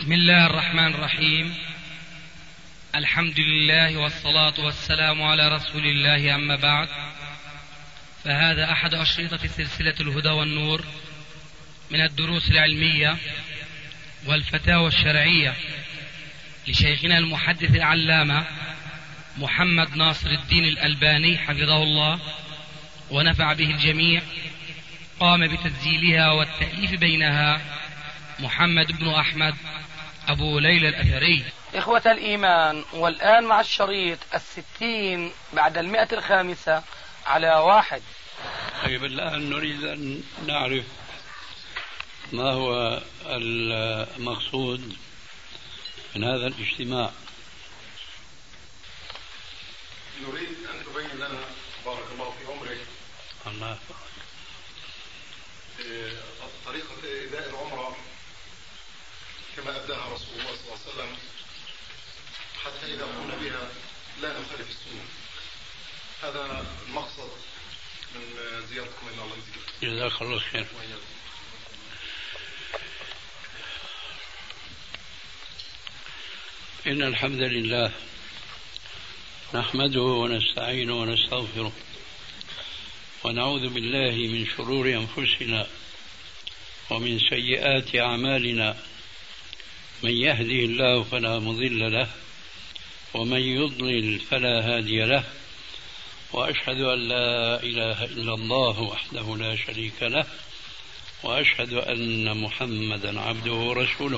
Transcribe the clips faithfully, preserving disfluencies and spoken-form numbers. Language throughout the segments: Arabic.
بسم الله الرحمن الرحيم. الحمد لله والصلاة والسلام على رسول الله، أما بعد، فهذا أحد أشرطة سلسلة الهدى والنور من الدروس العلمية والفتاوى الشرعية لشيخنا المحدث العلامة محمد ناصر الدين الألباني حفظه الله ونفع به الجميع. قام بتسجيلها والتأليف بينها محمد بن أحمد أبو ليلى الأثري. إخوة الإيمان، والآن مع الشريط الستين بعد المئة الخامسة على واحد. طيب، الآن نريد أن نعرف ما هو المقصود من هذا الاجتماع. نريد أن تبين لنا بارك الله في عمرك الله طريقة إداء العمرة كما أبداها رسول الله صلى الله عليه وسلم، حتى إذا قمنا بها لا نخالف السنة. هذا المقصد من زيارتكم إلى الله يجزيكم. جزاك الله خير. إن الحمد لله نحمده ونستعينه ونستغفره ونعوذ بالله من شرور أنفسنا ومن سيئات أعمالنا. من يهده الله فلا مضل له ومن يضلل فلا هادي له، وأشهد أن لا إله إلا الله وحده لا شريك له، وأشهد أن محمدا عبده ورسوله.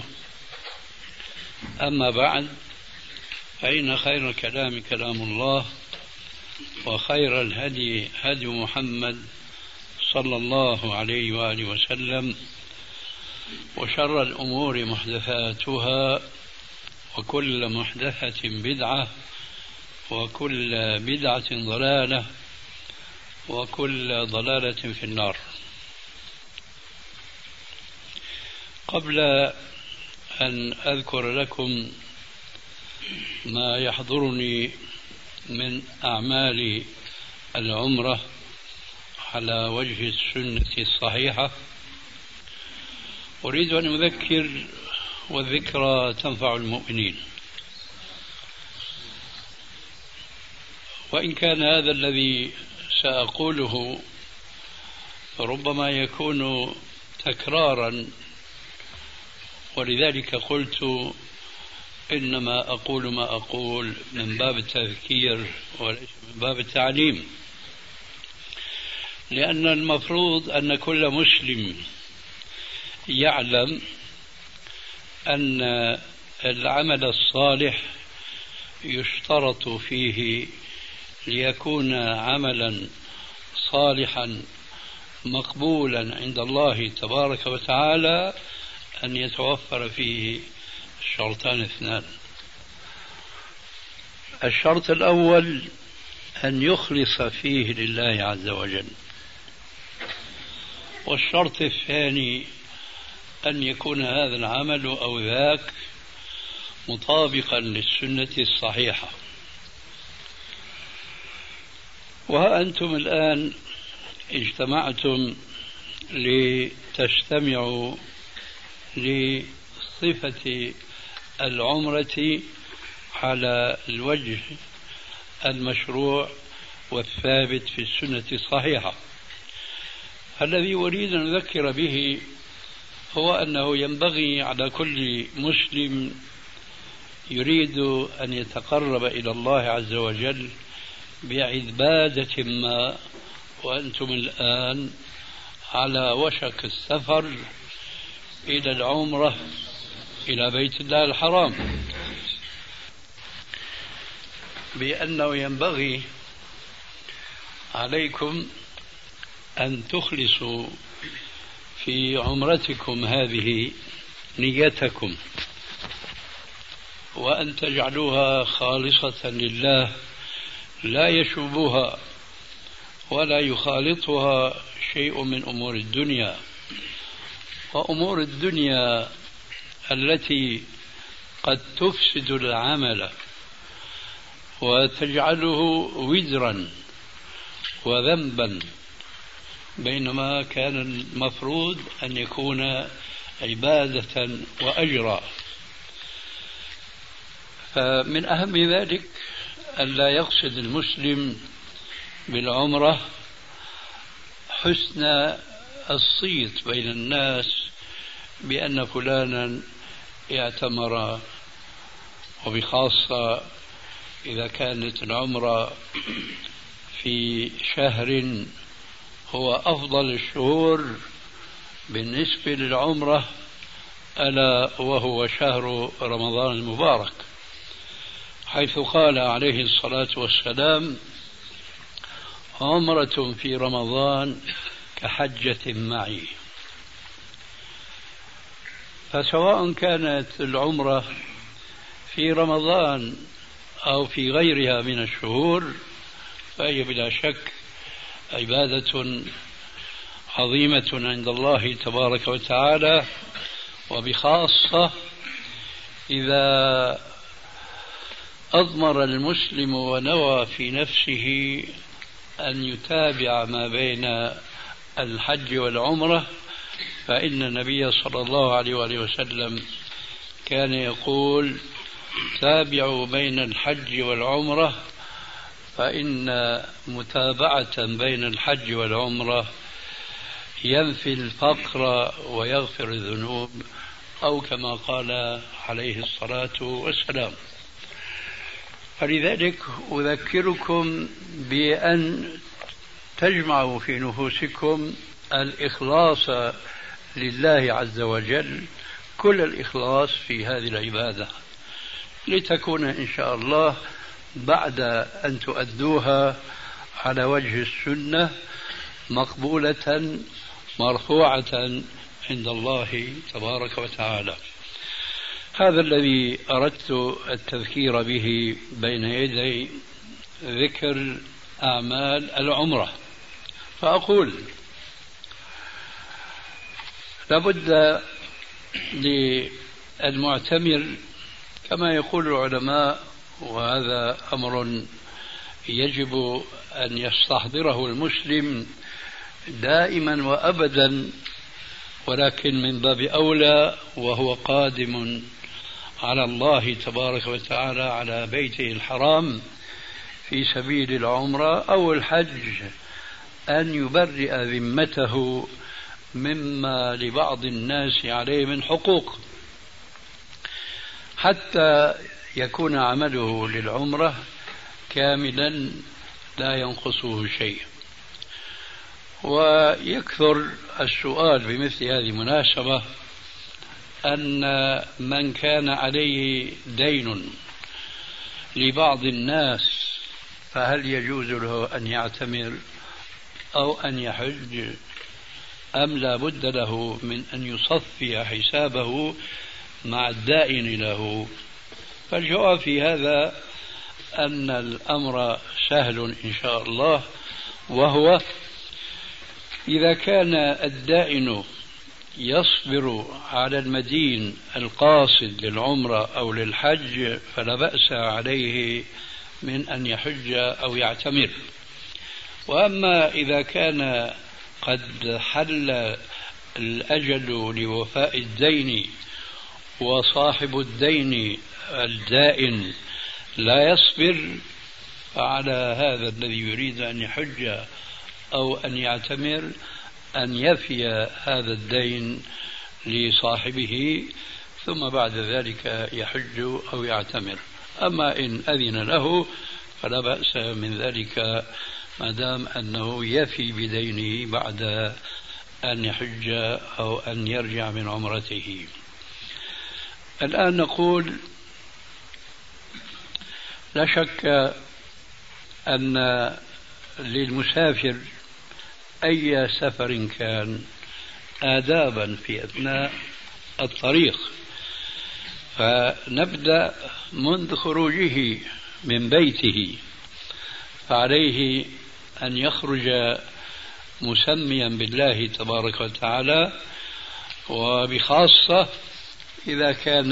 أما بعد، فإن خير الكلام كلام الله، وخير الهدي هدي محمد صلى الله عليه وآله وسلم، وشر الأمور محدثاتها، وكل محدثة بدعة، وكل بدعة ضلالة، وكل ضلالة في النار. قبل أن أذكر لكم ما يحضرني من أعمال العمرة على وجه السنة الصحيحة، أريد أن أذكر، والذكرى تنفع المؤمنين. وإن كان هذا الذي سأقوله ربما يكون تكرارا، ولذلك قلت إنما أقول ما أقول من باب التذكير وليس من باب التعليم، لأن المفروض أن كل مسلم يعلم أن العمل الصالح يشترط فيه ليكون عملا صالحا مقبولا عند الله تبارك وتعالى أن يتوفر فيه شرطان اثنان. الشرط الأول أن يخلص فيه لله عز وجل، والشرط الثاني أن يكون هذا العمل أو ذاك مطابقا للسنة الصحيحة. وها أنتم الآن اجتمعتم لتستمعوا لصفة العمرة على الوجه المشروع والثابت في السنة الصحيحة. الذي أريد أن أذكر به هو أنه ينبغي على كل مسلم يريد أن يتقرب إلى الله عز وجل بعبادة ما، وأنتم الآن على وشك السفر إلى العمرة إلى بيت الله الحرام، بأنه ينبغي عليكم أن تخلصوا في عمرتكم هذه نيتكم، وأن تجعلوها خالصة لله لا يشوبها ولا يخالطها شيء من أمور الدنيا. وأمور الدنيا التي قد تفسد العمل وتجعله وزرا وذنبا، بينما كان المفروض أن يكون عبادة وأجرا. فمن أهم ذلك ألا يقصد المسلم بالعمرة حسن الصيت بين الناس بأن فلانا اعتمر، وبخاصة إذا كانت العمرة في شهر هو أفضل الشهور بالنسبة للعمرة، ألا وهو شهر رمضان المبارك، حيث قال عليه الصلاة والسلام: عمرة في رمضان كحجة معي. فسواء كانت العمرة في رمضان أو في غيرها من الشهور فهي بلا شك عبادة عظيمة عند الله تبارك وتعالى، وبخاصة إذا أضمر المسلم ونوى في نفسه أن يتابع ما بين الحج والعمرة، فإن النبي صلى الله عليه وآله وسلم كان يقول: تابعوا بين الحج والعمرة، فإن متابعة بين الحج والعمرة ينفي الفقر ويغفر الذنوب، أو كما قال عليه الصلاة والسلام. فلذلك أذكركم بأن تجمعوا في نفوسكم الإخلاص لله عز وجل، كل الإخلاص في هذه العبادة، لتكون إن شاء الله بعد أن تؤدوها على وجه السنة مقبولة مرفوعة عند الله تبارك وتعالى. هذا الذي أردت التذكير به بين يدي ذكر أعمال العمرة. فأقول: لابد للمعتمر كما يقول العلماء، وهذا أمر يجب أن يستحضره المسلم دائما وأبدا، ولكن من باب أولى وهو قادم على الله تبارك وتعالى على بيته الحرام في سبيل العمرة أو الحج، أن يبرئ ذمته مما لبعض الناس عليه من حقوق، حتى يكون عمله للعمرة كاملا لا ينقصه شيء. ويكثر السؤال بمثل هذه المناسبة أن من كان عليه دين لبعض الناس فهل يجوز له أن يعتمر أو أن يحج، أم لا بد له من أن يصفي حسابه مع الدائن له؟ فالجواب في هذا أن الأمر سهل إن شاء الله، وهو إذا كان الدائن يصبر على المدين القاصد للعمرة أو للحج فلا بأس عليه من أن يحج أو يعتمر. وأما إذا كان قد حل الأجل لوفاء الدين وصاحب الدين الدائن لا يصبر، فعلى هذا الذي يريد أن يحج أو أن يعتمر أن يفي هذا الدين لصاحبه، ثم بعد ذلك يحج أو يعتمر. أما إن أذن له فلا بأس من ذلك ما دام أنه يفي بدينه بعد أن يحج أو أن يرجع من عمرته. الآن نقول: لا شك أن للمسافر أي سفر كان آدابا في أثناء الطريق، فنبدأ منذ خروجه من بيته، فعليه أن يخرج مسميا بالله تبارك وتعالى، وبخاصة إذا كان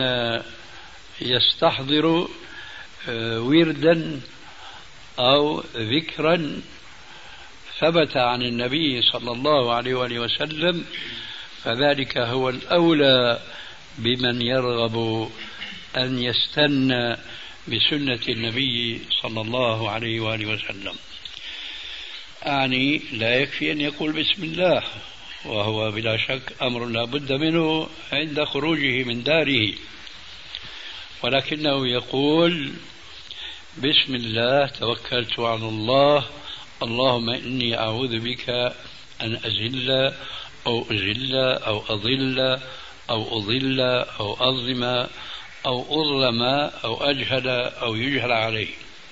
يستحضر وردا أو ذكرا ثبت عن النبي صلى الله عليه وآله وسلم، فذلك هو الأولى بمن يرغب أن يستنى بسنة النبي صلى الله عليه وآله وسلم. أعني لا يكفي أن يقول بسم الله، وهو بلا شك أمر لا بد منه عند خروجه من داره، ولكنه يقول بسم الله توكلت على الله، اللهم إني أعوذ بك أن أزل أو أزل أو أضل أو أضل أو أظلم أو أظلم أو أجهل أو يجهل عليه.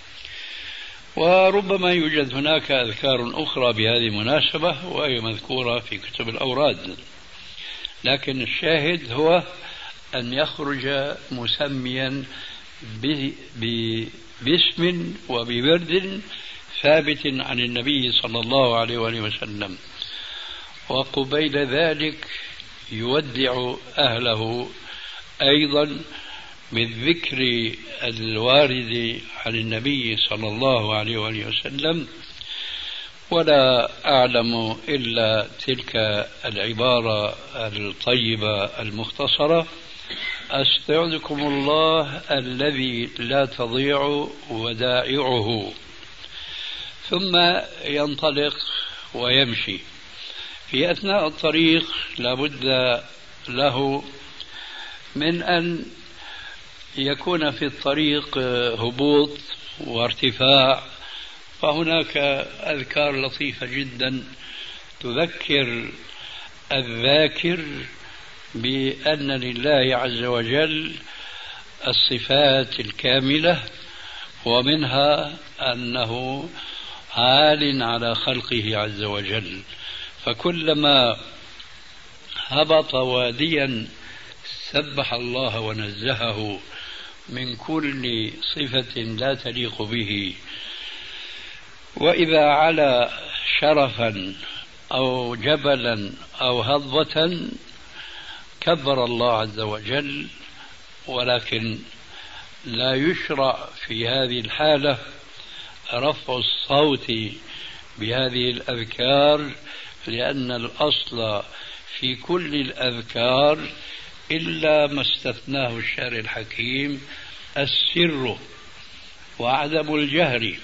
وربما يوجد هناك أذكار أخرى بهذه المناسبة وهي مذكورة في كتب الأوراد، لكن الشاهد هو أن يخرج مسميا باسم وبورد ثابت عن النبي صلى الله عليه وآله وسلم، وقبيل ذلك يودع أهله أيضا بالذكر الوارد عن النبي صلى الله عليه وآله وسلم. ولا أعلم إلا تلك العبارة الطيبة المختصرة: أستودعكم الله الذي لا تضيع ودائعه، ثم ينطلق ويمشي. في أثناء الطريق لابد له من أن يكون في الطريق هبوط وارتفاع، فهناك أذكار لطيفة جدا تذكر الذاكر بأن لله عز وجل الصفات الكاملة، ومنها أنه عال على خلقه عز وجل، فكلما هبط واديا سبح الله ونزهه من كل صفة لا تليق به، وإذا علا شرفا أو جبلا أو هضبة كبر الله عز وجل. ولكن لا يشرع في هذه الحالة رفع الصوت بهذه الأذكار، لأن الأصل في كل الأذكار إلا ما استثناه الشارع الحكيم السر وعدم الجهر.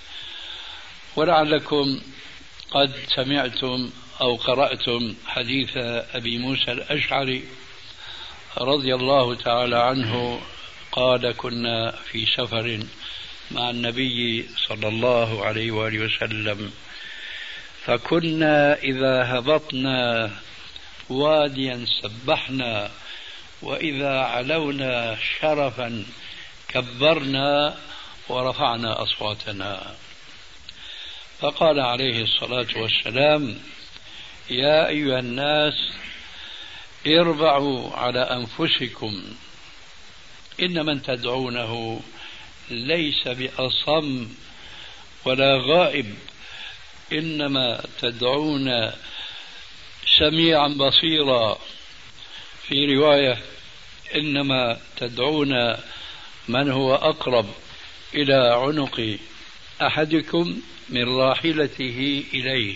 ولعلكم قد سمعتم أو قرأتم حديث أبي موسى الأشعري رضي الله تعالى عنه قال: كنا في سفر مع النبي صلى الله عليه وآله وسلم، فكنا إذا هبطنا واديا سبحنا، وإذا علونا شرفا كبرنا ورفعنا أصواتنا. فقال عليه الصلاة والسلام: يا أيها الناس اربعوا على أنفسكم، إن من تدعونه ليس بأصم ولا غائب، إنما تدعون سميعا بصيرا. في رواية: إنما تدعون من هو أقرب إلى عنق أحدكم من راحلته إليه.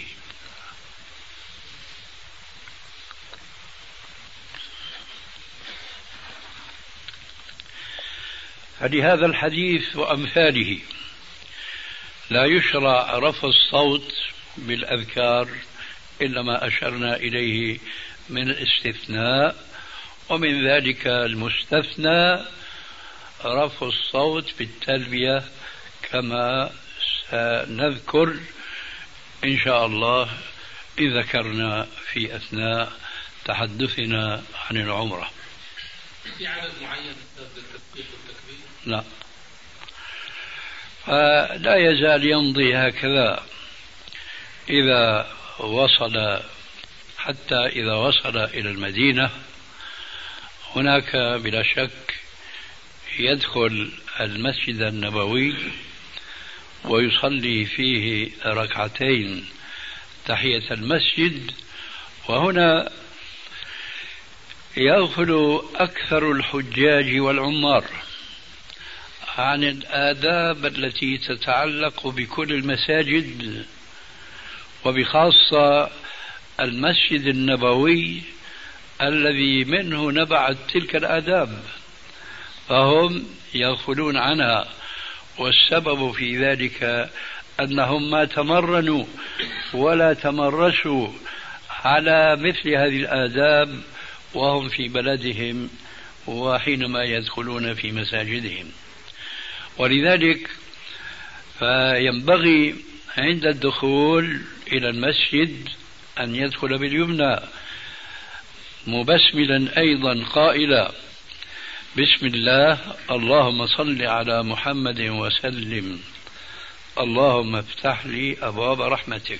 فلهذا الحديث وأمثاله لا يشرع رفع الصوت بالأذكار إلا ما أشرنا إليه من الاستثناء، ومن ذلك المستثنى رفع الصوت بالتلبية كما سنذكر إن شاء الله إذا ذكرنا في أثناء تحدثنا عن العمرة. في عدد معين للتسبيح والتكبير؟ لا، فلا يزال يمضي هكذا إذا وصل، حتى إذا وصل إلى المدينة هناك بلا شك يدخل المسجد النبوي ويصلي فيه ركعتين تحية المسجد، وهنا يغفل أكثر الحجاج والعمار عن الآداب التي تتعلق بكل المساجد، وبخاصة المسجد النبوي الذي منه نبعت تلك الآداب. فهم يغفلون عنها، والسبب في ذلك أنهم ما تمرنوا ولا تمرسوا على مثل هذه الآداب وهم في بلدهم وحينما يدخلون في مساجدهم. ولذلك فينبغي عند الدخول إلى المسجد أن يدخل باليمنى مبسملا أيضا قائلا: بسم الله، اللهم صل على محمد وسلم، اللهم افتح لي أبواب رحمتك.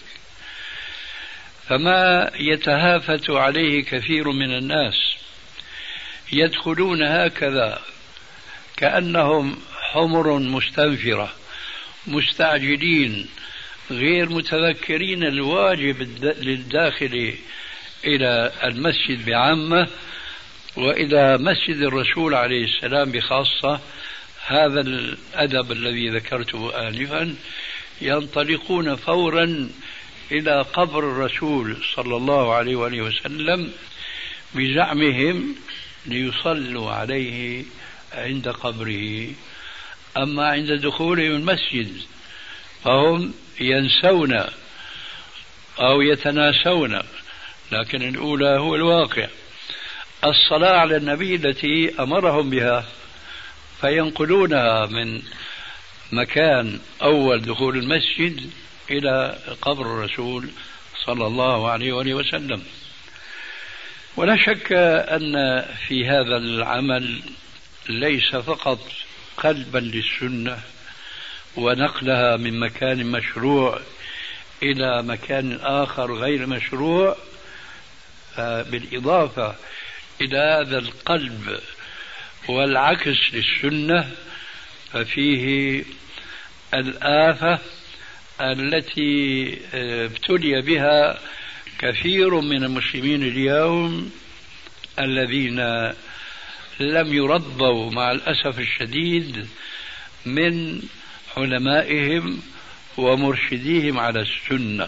فما يتهافت عليه كثير من الناس يدخلون هكذا كأنهم حمر مستنفرة مستعجلين غير متذكرين الواجب للداخل إلى المسجد بعامة وإلى مسجد الرسول عليه السلام بخاصة. هذا الأدب الذي ذكرته آنفا، ينطلقون فورا إلى قبر الرسول صلى الله عليه وآله وسلم بزعمهم ليصلوا عليه عند قبره. أما عند دخولهم المسجد فهم ينسون أو يتناسون، لكن الأولى هو الواقع، الصلاة على النبي التي أمرهم بها، فينقلونها من مكان أول دخول المسجد إلى قبر الرسول صلى الله عليه وآله وسلم. ولا شك أن في هذا العمل ليس فقط قلبا للسنة ونقلها من مكان مشروع إلى مكان آخر غير مشروع، بالإضافة إلى هذا القلب والعكس للسنة، ففيه الآفة التي ابتلي بها كثير من المسلمين اليوم الذين لم يربوا مع الأسف الشديد من علمائهم ومرشديهم على السنة.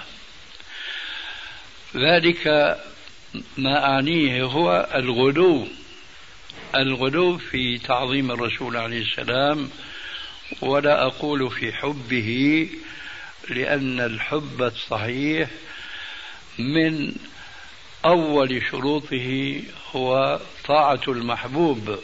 ذلك ما أعنيه هو الغلو الغلو في تعظيم الرسول عليه السلام، ولا أقول في حبه، لأن الحب الصحيح من أول شروطه هو طاعة المحبوب،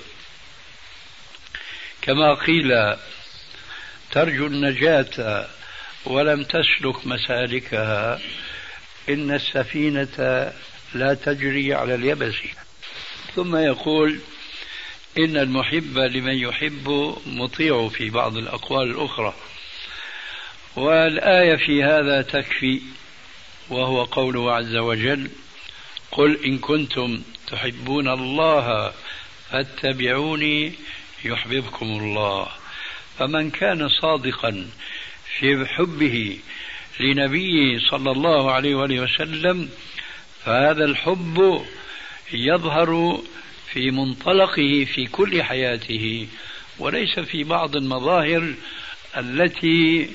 كما قيل: ترجو النجاة ولم تسلك مسالكها، إن السفينة لا تجري على اليبس. ثم يقول: إن المحب لمن يحب مطيع في بعض الأقوال الأخرى. والآية في هذا تكفي، وهو قوله عز وجل: قل إن كنتم تحبون الله فاتبعوني يحببكم الله. فمن كان صادقا في حبه لنبيه صلى الله عليه وآله وسلم فهذا الحب يظهر في منطلقه في كل حياته، وليس في بعض المظاهر التي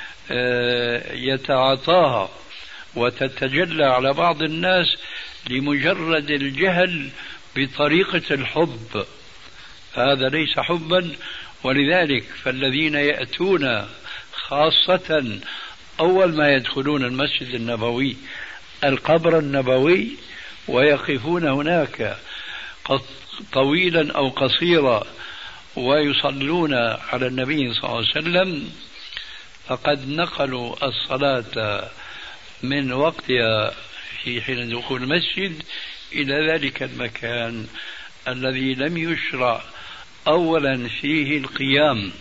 يتعاطاها وتتجلى على بعض الناس لمجرد الجهل بطريقة الحب. هذا ليس حبا. ولذلك فالذين يأتون خاصة أول ما يدخلون المسجد النبوي القبر النبوي ويقفون هناك طويلا أو قصيرا ويصلون على النبي صلى الله عليه وسلم، فقد نقلوا الصلاة من وقتها في حين دخول المسجد إلى ذلك المكان الذي لم يشرع أولا فيه القيام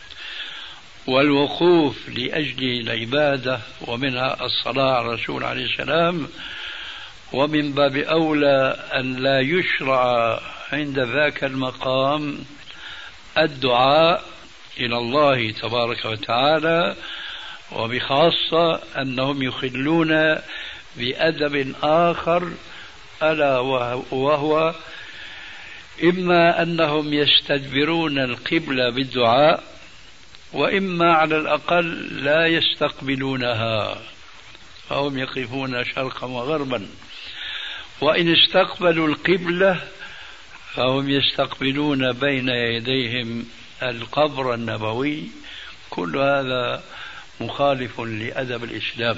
والوقوف لأجل العبادة، ومنها الصلاة على الرسول عليه السلام، ومن باب أولى أن لا يشرع عند ذاك المقام الدعاء إلى الله تبارك وتعالى، وبخاصة أنهم يخلون بأدب آخر، ألا وهو إما أنهم يستدبرون القبلة بالدعاء، وإما على الأقل لا يستقبلونها، فهم يقفون شرقا وغربا. وإن استقبلوا القبلة فهم يستقبلون بين يديهم القبر النبوي. كل هذا مخالف لأدب الإسلام،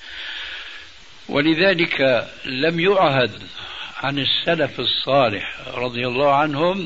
ولذلك لم يعهد عن السلف الصالح رضي الله عنهم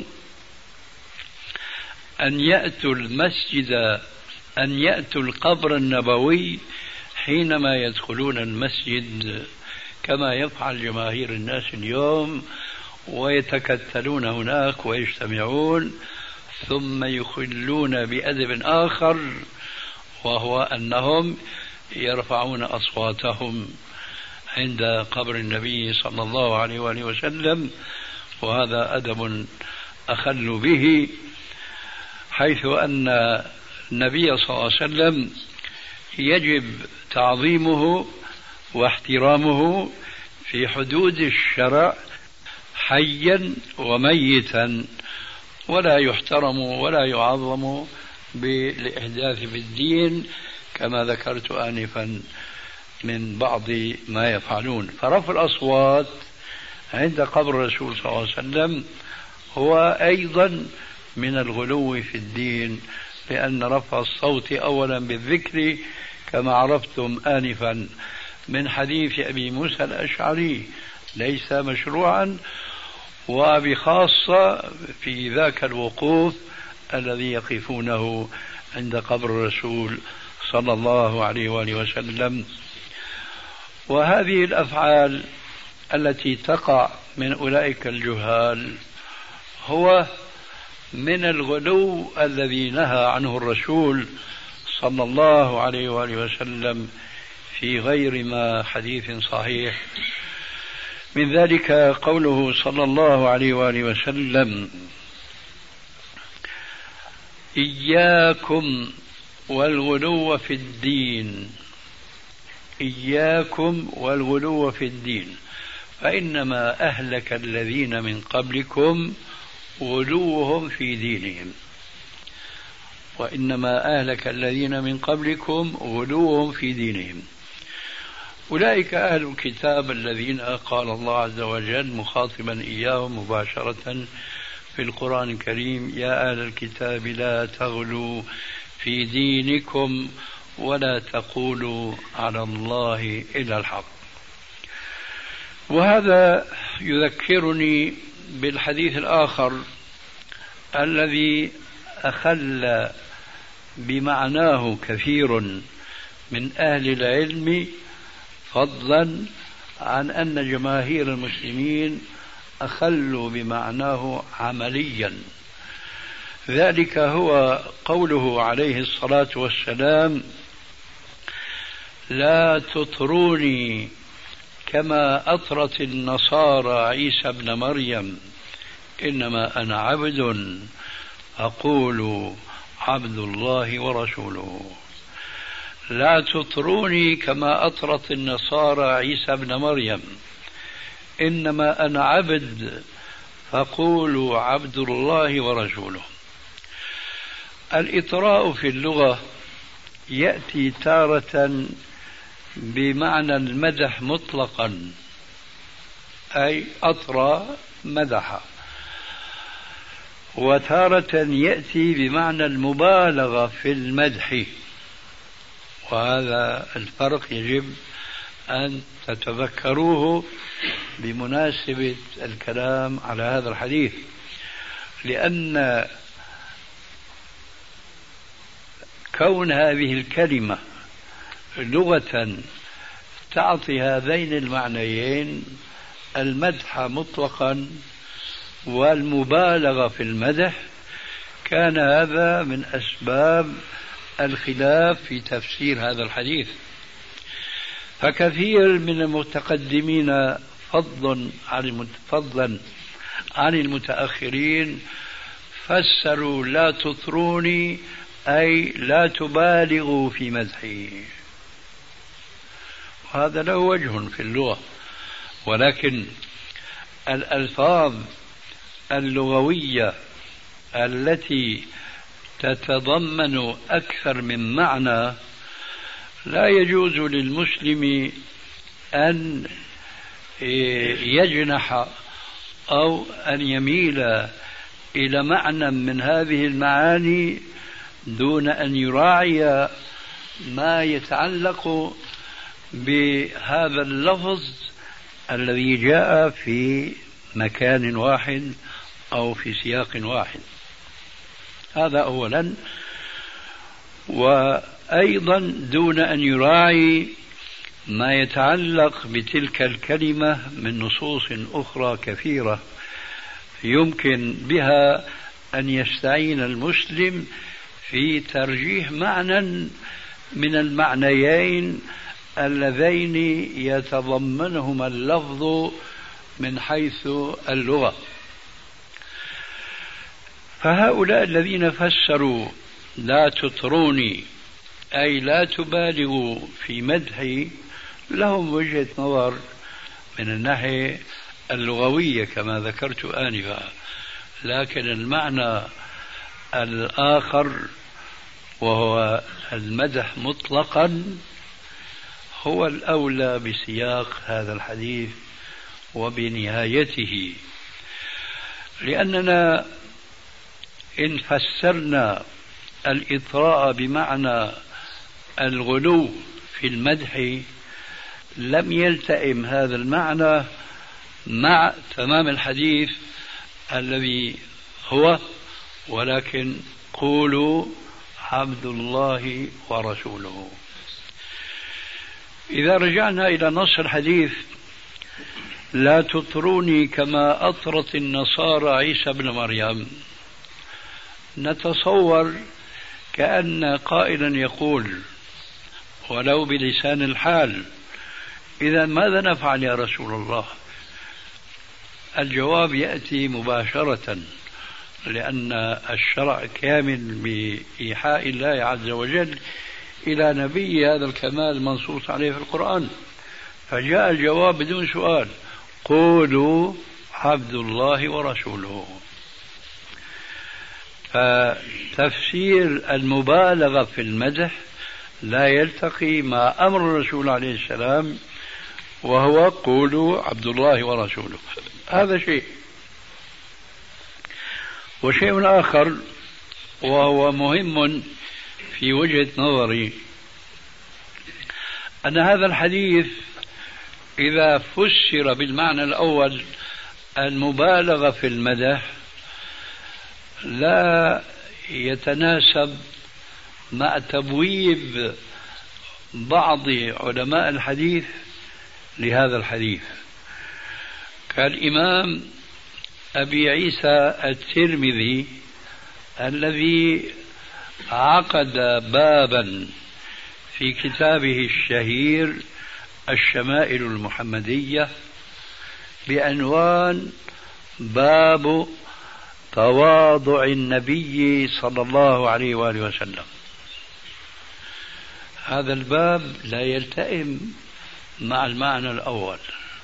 أن يأتوا المسجد أن يأتوا القبر النبوي حينما يدخلون المسجد كما يفعل جماهير الناس اليوم، ويتكتلون هناك ويجتمعون، ثم يخلون بأدب آخر وهو أنهم يرفعون أصواتهم عند قبر النبي صلى الله عليه وآله وسلم، وهذا أدب أخل به، حيث أن النبي صلى الله عليه وسلم يجب تعظيمه واحترامه في حدود الشرع حيا وميتا، ولا يحترم ولا يعظم بالإحداث بالدين كما ذكرت آنفا من بعض ما يفعلون. فرفع الأصوات عند قبر الرسول صلى الله عليه وسلم هو أيضا من الغلو في الدين، لأن رفع الصوت أولا بالذكر كما عرفتم آنفا من حديث أبي موسى الأشعري ليس مشروعا، وبخاصة في ذاك الوقوف الذي يقفونه عند قبر الرسول صلى الله عليه وآله وسلم. وهذه الأفعال التي تقع من أولئك الجهال هو من الغلو الذي نهى عنه الرسول صلى الله عليه وآله وسلم في غير ما حديث صحيح. من ذلك قوله صلى الله عليه وآله وسلم: إياكم والغلو في الدين، إياكم والغلو في الدين، فإنما أهلك الذين من قبلكم غلوهم في دينهم، وإنما أهلك الذين من قبلكم غلوهم في دينهم. أولئك أهل الكتاب الذين قال الله عز وجل مخاطبا إياهم مباشرة في القرآن الكريم: يا أهل الكتاب لا تغلوا في دينكم ولا تقولوا على الله إلا الحق. وهذا يذكرني بالحديث الآخر الذي أخل بمعناه كثير من أهل العلم، فضلا عن أن جماهير المسلمين أخلوا بمعناه عمليا. ذلك هو قوله عليه الصلاة والسلام: لا تطروني كما أطرت النصارى عيسى ابن مريم، إنما أنا عبد أقول عبد الله ورسوله. لا تطروني كما أطرت النصارى عيسى ابن مريم، إنما أنا عبد فقولوا عبد الله ورسوله. الإطراء في اللغة يأتي تارة بمعنى المدح مطلقا، أي أطرى مدح، وتارة يأتي بمعنى المبالغة في المدح، وهذا الفرق يجب أن تتذكروه بمناسبة الكلام على هذا الحديث، لأن كون هذه الكلمة لغة تعطي هذين المعنيين، المدح مطلقا والمبالغة في المدح، كان هذا من أسباب الخلاف في تفسير هذا الحديث. فكثير من المتقدمين فضلا عن فضلا عن المتأخرين فسروا لا تطروني أي لا تبالغوا في مدحي، وهذا له وجه في اللغة، ولكن الألفاظ اللغوية التي تتضمن أكثر من معنى لا يجوز للمسلم أن يجنح أو أن يميل إلى معنى من هذه المعاني دون أن يراعي ما يتعلق بهذا اللفظ الذي جاء في مكان واحد أو في سياق واحد. هذا أولا. وأيضا دون أن يراعي ما يتعلق بتلك الكلمة من نصوص أخرى كثيرة يمكن بها أن يستعين المسلم في ترجيح معنى من المعنيين اللذين يتضمنهما اللفظ من حيث اللغة. فهؤلاء الذين فسروا لا تطروني أي لا تبالغوا في مدحي لهم وجهة نظر من الناحية اللغوية كما ذكرت آنفا، لكن المعنى الآخر وهو المدح مطلقا هو الأولى بسياق هذا الحديث وبنهايته، لأننا إن فسرنا الإطراء بمعنى الغلو في المدح لم يلتئم هذا المعنى مع تمام الحديث الذي هو ولكن قولوا عبد الله ورسوله. إذا رجعنا إلى نص الحديث لا تطروني كما أطرت النصارى عيسى بن مريم، نتصور كأن قائلا يقول ولو بلسان الحال إذا ماذا نفعل يا رسول الله؟ الجواب يأتي مباشرة، لأن الشرع كامل بإيحاء الله عز وجل إلى نبي هذا الكمال منصوص عليه في القرآن، فجاء الجواب بدون سؤال قولوا عبد الله ورسوله. فتفسير المبالغة في المدح لا يلتقي مع أمر الرسول عليه السلام وهو قولوا عبد الله ورسوله. هذا شيء. وشيء آخر وهو مهم في وجهة نظري أن هذا الحديث إذا فسر بالمعنى الأول المبالغة في المدح لا يتناسب مع تبويب بعض علماء الحديث لهذا الحديث كالإمام أبي عيسى الترمذي الذي عقد بابا في كتابه الشهير الشمائل المحمدية بعنوان باب تواضع النبي صلى الله عليه وآله وسلم. هذا الباب لا يلتئم مع المعنى الأول،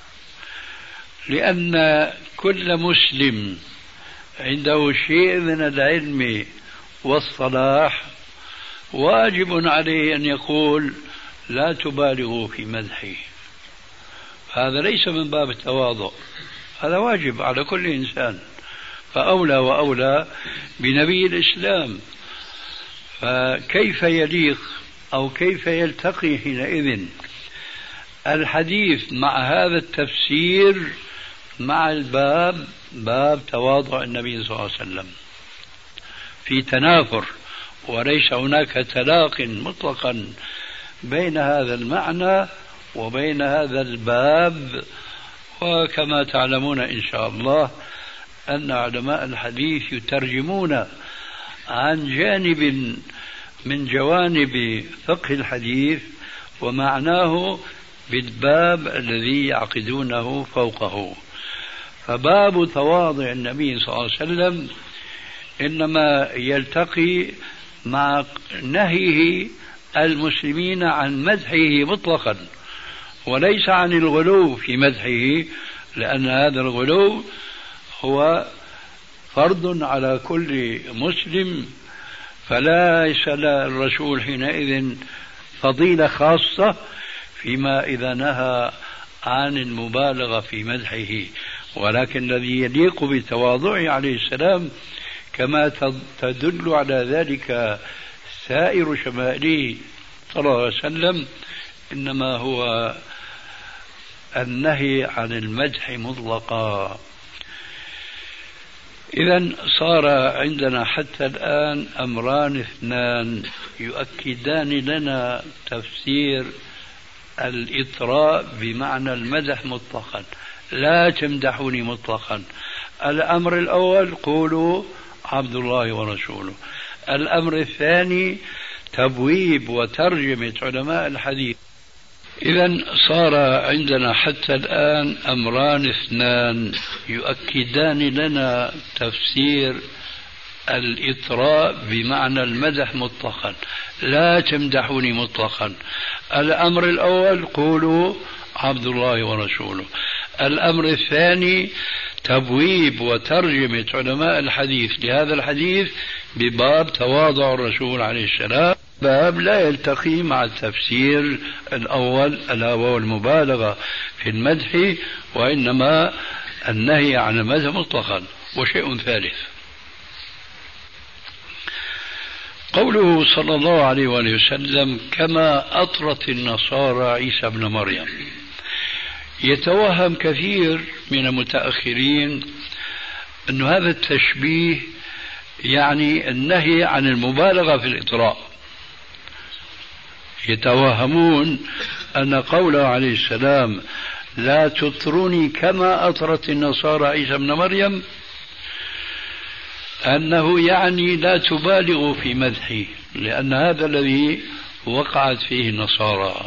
لأن كل مسلم عنده شيء من العلم والصلاح واجب عليه أن يقول لا تبالغوا في مدحي. هذا ليس من باب التواضع، هذا واجب على كل إنسان، فأولى وأولى بنبي الإسلام. فكيف يليق أو كيف يلتقي حينئذ الحديث مع هذا التفسير مع الباب باب تواضع النبي صلى الله عليه وسلم؟ في تنافر وليس هناك تلاق مطلقا بين هذا المعنى وبين هذا الباب. وكما تعلمون إن شاء الله أن علماء الحديث يترجمون عن جانب من جوانب فقه الحديث ومعناه بالباب الذي يعقدونه فوقه. فباب تواضع النبي صلى الله عليه وسلم إنما يلتقي مع نهيه المسلمين عن مدحه مطلقا وليس عن الغلو في مدحه، لأن هذا الغلو هو فرض على كل مسلم، فلا يسأل الرسول حينئذ فضيلة خاصة فيما إذا نهى عن المبالغة في مدحه. ولكن الذي يليق بتواضعه عليه السلام كما تدل على ذلك سائر شمائله صلى الله عليه وسلم إنما هو النهي عن المدح مطلقا. إذن صار عندنا حتى الآن أمران اثنان يؤكدان لنا تفسير الإطراء بمعنى المدح مطلقا، لا تمدحوني مطلقا. الأمر الأول قولوا عبد الله ورسوله. الأمر الثاني تبويب وترجمة علماء الحديث. إذن صار عندنا حتى الآن أمران اثنان يؤكدان لنا تفسير الإطراء بمعنى المدح مطلقا، لا تمدحوني مطلقا. الأمر الأول قولوا عبد الله ورسوله. الأمر الثاني تبويب وترجمة علماء الحديث لهذا الحديث بباب تواضع الرسول عليه السلام، باب لا يلتقي مع التفسير الأول ألا وهو المبالغة في المدح، وإنما النهي عن المدح مطلقا. وشيء ثالث قوله صلى الله عليه وآله وسلم كما أطرت النصارى عيسى ابن مريم. يتوهم كثير من المتأخرين أن هذا التشبيه يعني النهي عن المبالغة في الإطراء. يتوهمون أن قوله عليه السلام لا تطروني كما أطرت النصارى عيسى ابن مريم أنه يعني لا تبالغوا في مدحي، لأن هذا الذي وقعت فيه النصارى.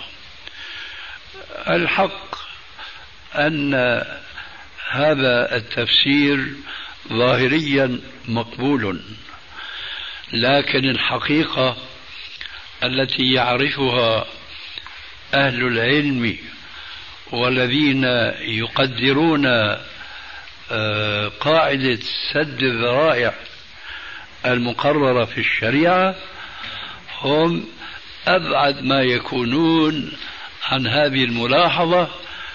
الحق أن هذا التفسير ظاهريا مقبول، لكن الحقيقة التي يعرفها أهل العلم والذين يقدرون قاعدة سد الذرائع المقررة في الشريعة هم أبعد ما يكونون عن هذه الملاحظة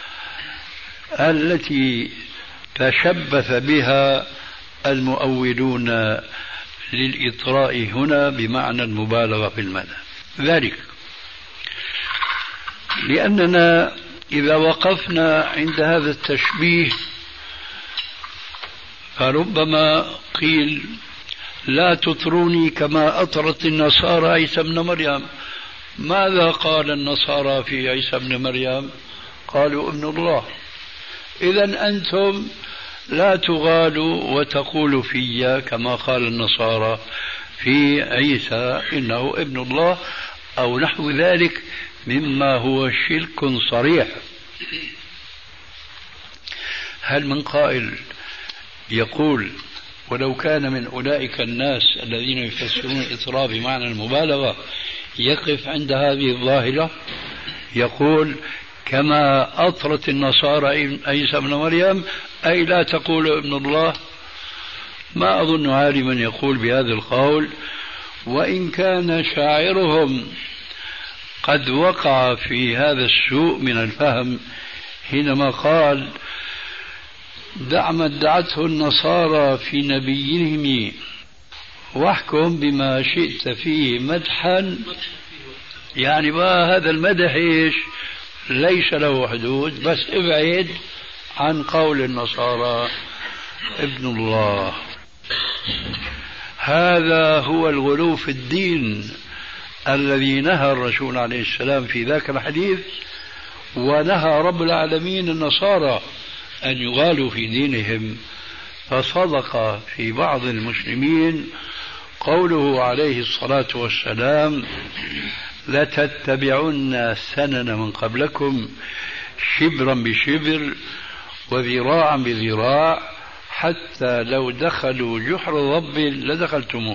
التي تشبث بها المؤولون للإطراء هنا بمعنى المبالغة في المدح. ذلك لأننا إذا وقفنا عند هذا التشبيه فربما قيل لا تطروني كما أطرت النصارى عيسى ابن مريم. ماذا قال النصارى في عيسى ابن مريم؟ قالوا ابن الله. إذن أنتم لا تغالوا وتقولوا في كما قال النصارى في عيسى إنه ابن الله أو نحو ذلك مما هو شرك صريح. هل من قائل يقول ولو كان من أولئك الناس الذين يفسرون الإطراء بمعنى المبالغة يقف عند هذه الظاهرة يقول كما أطرت النصارى عيسى ابن مريم أي لا تقول ابن الله؟ ما أظن عالما يقول بهذا القول، وإن كان شاعرهم قد وقع في هذا السوء من الفهم حينما قال دع ما ادعته النصارى في نبيهم واحكم بما شئت فيه مدحا. يعني بقى هذا المدح ايش؟ ليس له حدود، بس ابعد عن قول النصارى ابن الله. هذا هو الغلو في الدين الذي نهى الرسول عليه السلام في ذاك الحديث، ونهى رب العالمين النصارى أن يغالوا في دينهم. فصدق في بعض المسلمين قوله عليه الصلاة والسلام لتتبعن سنن من قبلكم شبرا بشبر وذراعا بذراع حتى لو دخلوا جحر ضب لدخلتموه.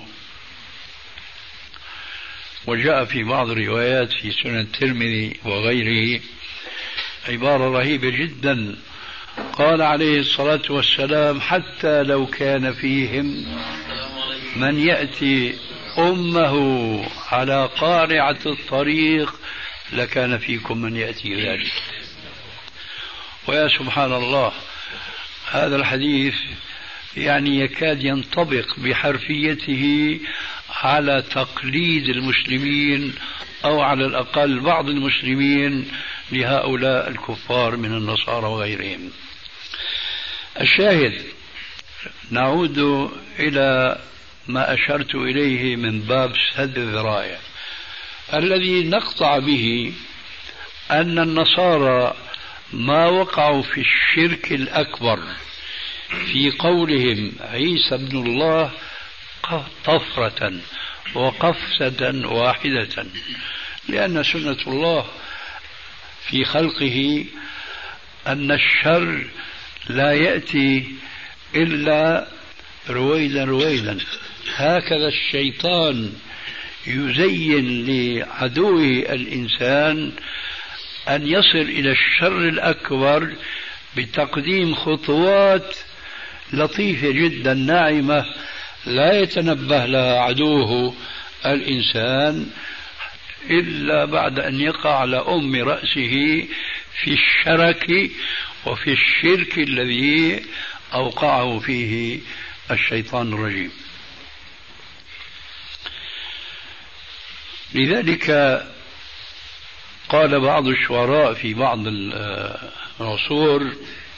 وجاء في بعض الروايات في سنن الترمذي وغيره عبارة رهيبة جدا، قال عليه الصلاة والسلام حتى لو كان فيهم من يأتي أمه على قارعة الطريق لكان فيكم من يأتي ذلك. ويا سبحان الله، هذا الحديث يعني يكاد ينطبق بحرفيته على تقليد المسلمين أو على الأقل بعض المسلمين لهؤلاء الكفار من النصارى وغيرهم. الشاهد، نعود إلى ما أشرت إليه من باب سد الذرائع الذي نقطع به أن النصارى ما وقعوا في الشرك الأكبر في قولهم عيسى ابن الله طفرة وقفزة واحدة، لأن سنة الله في خلقه أن الشر لا يأتي إلا رويدا رويدا. هكذا الشيطان يزين لعدوه الإنسان أن يصل إلى الشر الأكبر بتقديم خطوات لطيفة جدا ناعمة لا يتنبه لها عدوه الإنسان إلا بعد أن يقع على أم رأسه في الشرك وفي الشرك الذي أوقعه فيه الشيطان الرجيم. لذلك قال بعض الشعراء في بعض العصور: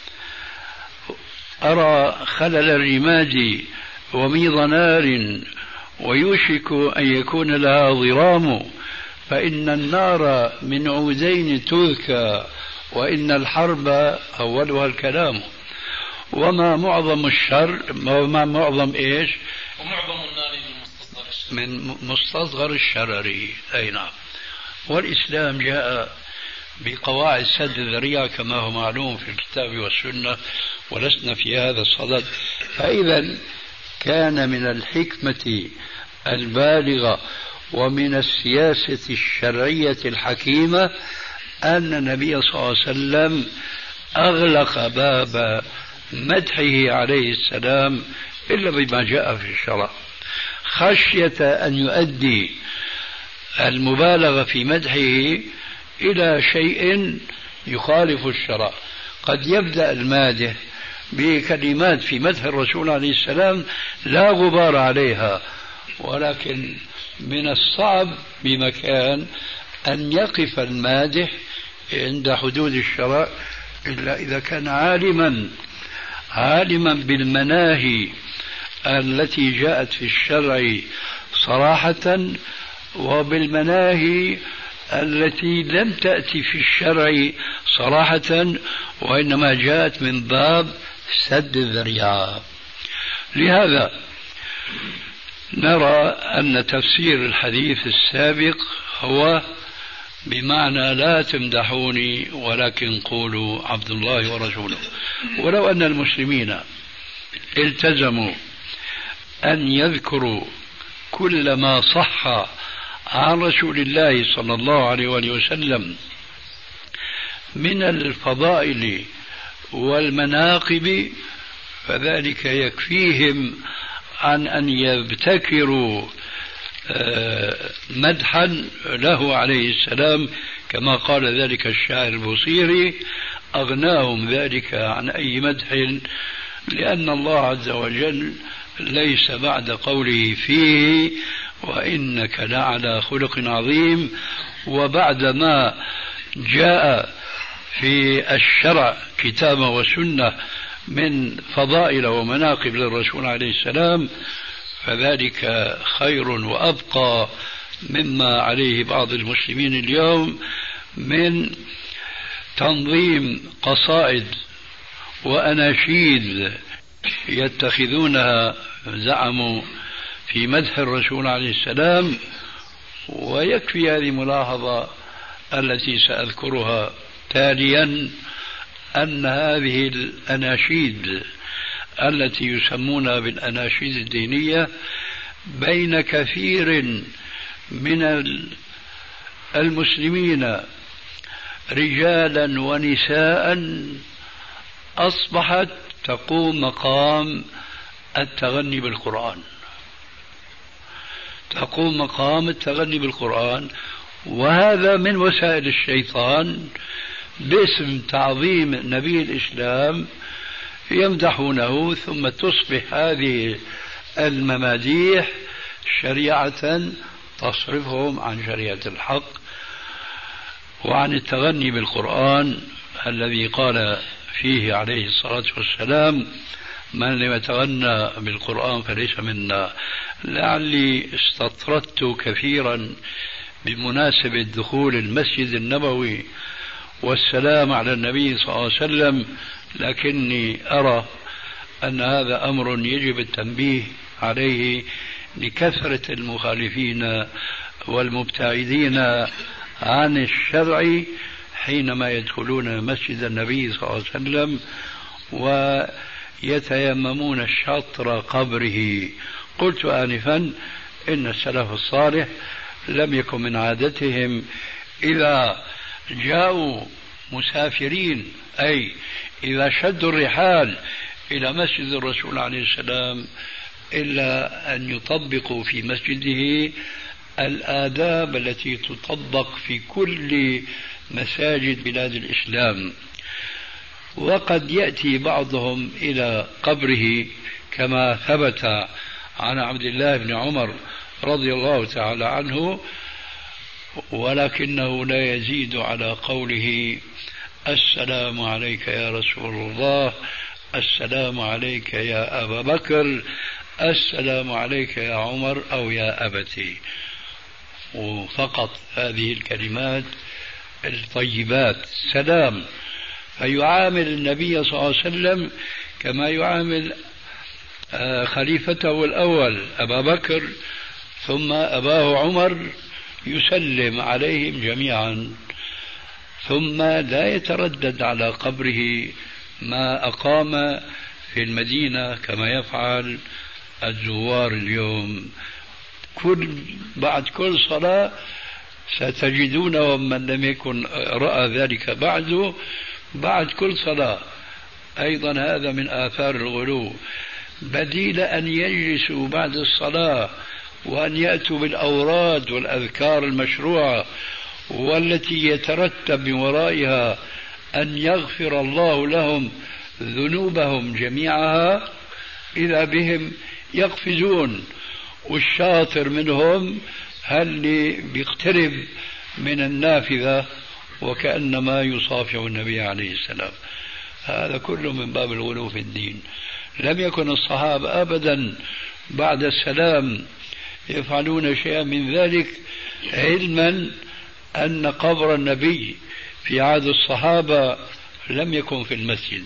أرى خلل الرماد وميض نار ويوشك أن يكون لها ضرام، فإن النار من عودين تذكى وإن الحرب أولها الكلام. وما معظم الشر، وما معظم إيش؟ ومعظم النار من مستصغر الشرر. أي نعم. والإسلام جاء بقواعد سد الذريعة كما هو معلوم في الكتاب والسنة، ولسنا في هذا الصدد. فإذا كان من الحكمة البالغة ومن السياسة الشرعية الحكيمة أن النبي صلى الله عليه وسلم أغلق باب مدحه عليه السلام إلا بما جاء في الشرع، خشية أن يؤدي المبالغة في مدحه إلى شيء يخالف الشرع. قد يبدأ المادح بكلمات في مدح الرسول عليه السلام لا غبار عليها، ولكن من الصعب بمكان أن يقف المادح عند حدود الشرع إلا إذا كان عالما عالما بالمناهي التي جاءت في الشرع صراحة وبالمناهي التي لم تأتي في الشرع صراحة وإنما جاءت من باب سد الذريعة. لهذا نرى أن تفسير الحديث السابق هو بمعنى لا تمدحوني ولكن قولوا عبد الله ورسوله. ولو أن المسلمين التزموا أن يذكروا كل ما صح عن رسول الله صلى الله عليه وآله وسلم من الفضائل والمناقب فذلك يكفيهم عن أن يبتكروا مدحا له عليه السلام، كما قال ذلك الشاعر البوصيري: أغناهم ذلك عن أي مدح، لأن الله عز وجل ليس بعد قوله فيه وإنك لعلى خلق عظيم، وبعدما جاء في الشرع كتابا وسنة من فضائل ومناقب للرسول عليه السلام، فذلك خير وأبقى مما عليه بعض المسلمين اليوم من تنظيم قصائد وأناشيد يتخذونها زعموا في مدح الرسول عليه السلام. ويكفي هذه ملاحظة التي سأذكرها تاليا، أن هذه الأناشيد التي يسمونها بالأناشيد الدينية بين كثير من المسلمين رجالا ونساء أصبحت تقوم مقام التغني بالقرآن، تقوم مقام التغني بالقرآن وهذا من وسائل الشيطان باسم تعظيم نبي الإسلام يمدحونه، ثم تصبح هذه المماديح شريعة تصرفهم عن شريعة الحق وعن التغني بالقرآن الذي قال فيه عليه الصلاة والسلام: من لم يتغنى بالقرآن فليس منا. لعلي استطردت كثيرا بمناسبة دخول المسجد النبوي والسلام على النبي صلى الله عليه وسلم، لكني أرى أن هذا أمر يجب التنبيه عليه لكثرة المخالفين والمبتعدين عن الشرع حينما يدخلون مسجد النبي صلى الله عليه وسلم ويتيممون شطر قبره. قلت آنفا إن السلف الصالح لم يكن من عادتهم إذا جاءوا مسافرين، أي إذا شدوا الرحال إلى مسجد الرسول عليه السلام، إلا أن يطبقوا في مسجده الآداب التي تطبق في كل مساجد بلاد الإسلام. وقد يأتي بعضهم إلى قبره كما ثبت عن عبد الله بن عمر رضي الله تعالى عنه، ولكنه لا يزيد على قوله: السلام عليك يا رسول الله، السلام عليك يا أبا بكر، السلام عليك يا عمر أو يا أبتي، وفقط هذه الكلمات الطيبات سلام. فيعامل النبي صلى الله عليه وسلم كما يعامل خليفته الأول أبا بكر ثم أباه عمر، يسلم عليهم جميعا، ثم لا يتردد على قبره ما أقام في المدينة كما يفعل الزوار اليوم. كل بعد كل صلاة ستجدون، ومن لم يكن رأى ذلك بعد، بعد كل صلاة أيضا هذا من آثار الغلو، بديل أن يجلسوا بعد الصلاة وأن يأتوا بالأوراد والأذكار المشروعة والتي يترتب من ورائها أن يغفر الله لهم ذنوبهم جميعها، إذا بهم يقفزون، والشاطر منهم هل بيقترب من النافذة وكأنما يصافح النبي عليه السلام. هذا كله من باب الغلو في الدين. لم يكن الصحابة أبدا بعد السلام يفعلون شيئا من ذلك، علما أن قبر النبي في عهد الصحابة لم يكن في المسجد.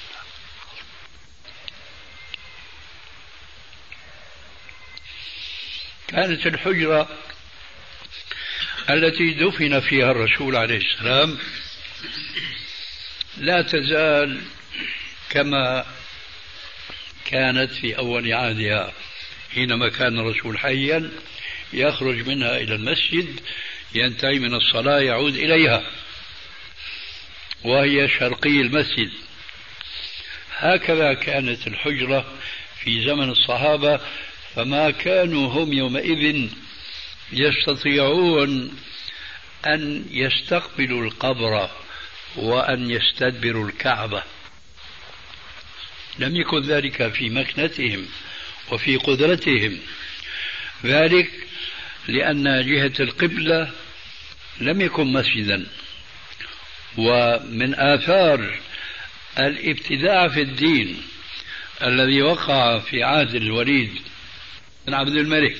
كانت الحجرة التي دفن فيها الرسول عليه السلام لا تزال كما كانت في أول عهدها، حينما كان الرسول حيا يخرج منها إلى المسجد، ينتهي من الصلاة يعود إليها، وهي شرقي المسجد. هكذا كانت الحجرة في زمن الصحابة، فما كانوا هم يومئذ يستطيعون أن يستقبلوا القبر وأن يستدبروا الكعبة. لم يكن ذلك في مكنتهم وفي قدرتهم، ذلك لأن جهة القبلة لم يكن مسجدا. ومن آثار الابتداع في الدين الذي وقع في عهد الوليد بن عبد الملك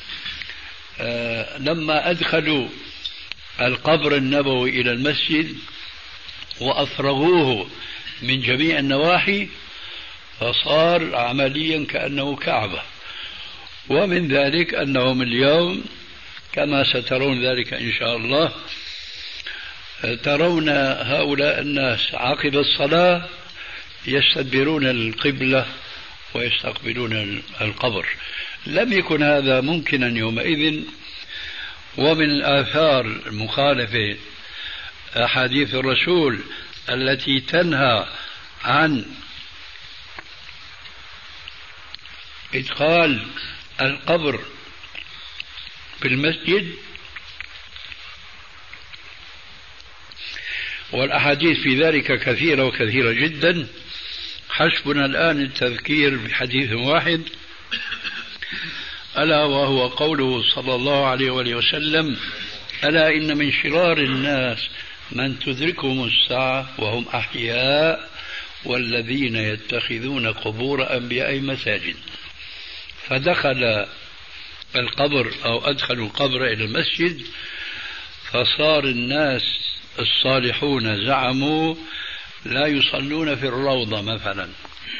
آه لما أدخلوا القبر النبوي إلى المسجد وأفرغوه من جميع النواحي، فصار عمليا كأنه كعبة. ومن ذلك أنهم اليوم كما سترون ذلك إن شاء الله، ترون هؤلاء الناس عقب الصلاة يستدبرون القبلة ويستقبلون القبر. لم يكن هذا ممكنا يومئذ. ومن الآثار المخالفة أحاديث الرسول التي تنهى عن إدخال القبر في المسجد، والأحاديث في ذلك كثيرة وكثيرة جدا، حسبنا الآن التذكير بحديث واحد، ألا وهو قوله صلى الله عليه وآله وسلم: ألا إن من شرار الناس من تدركهم الساعة وهم أحياء والذين يتخذون قبور أنبياء مساجد. فدخل القبر أو أدخلوا القبر إلى المسجد، فصار الناس الصالحون زعموا لا يصلون في الروضة مثلا،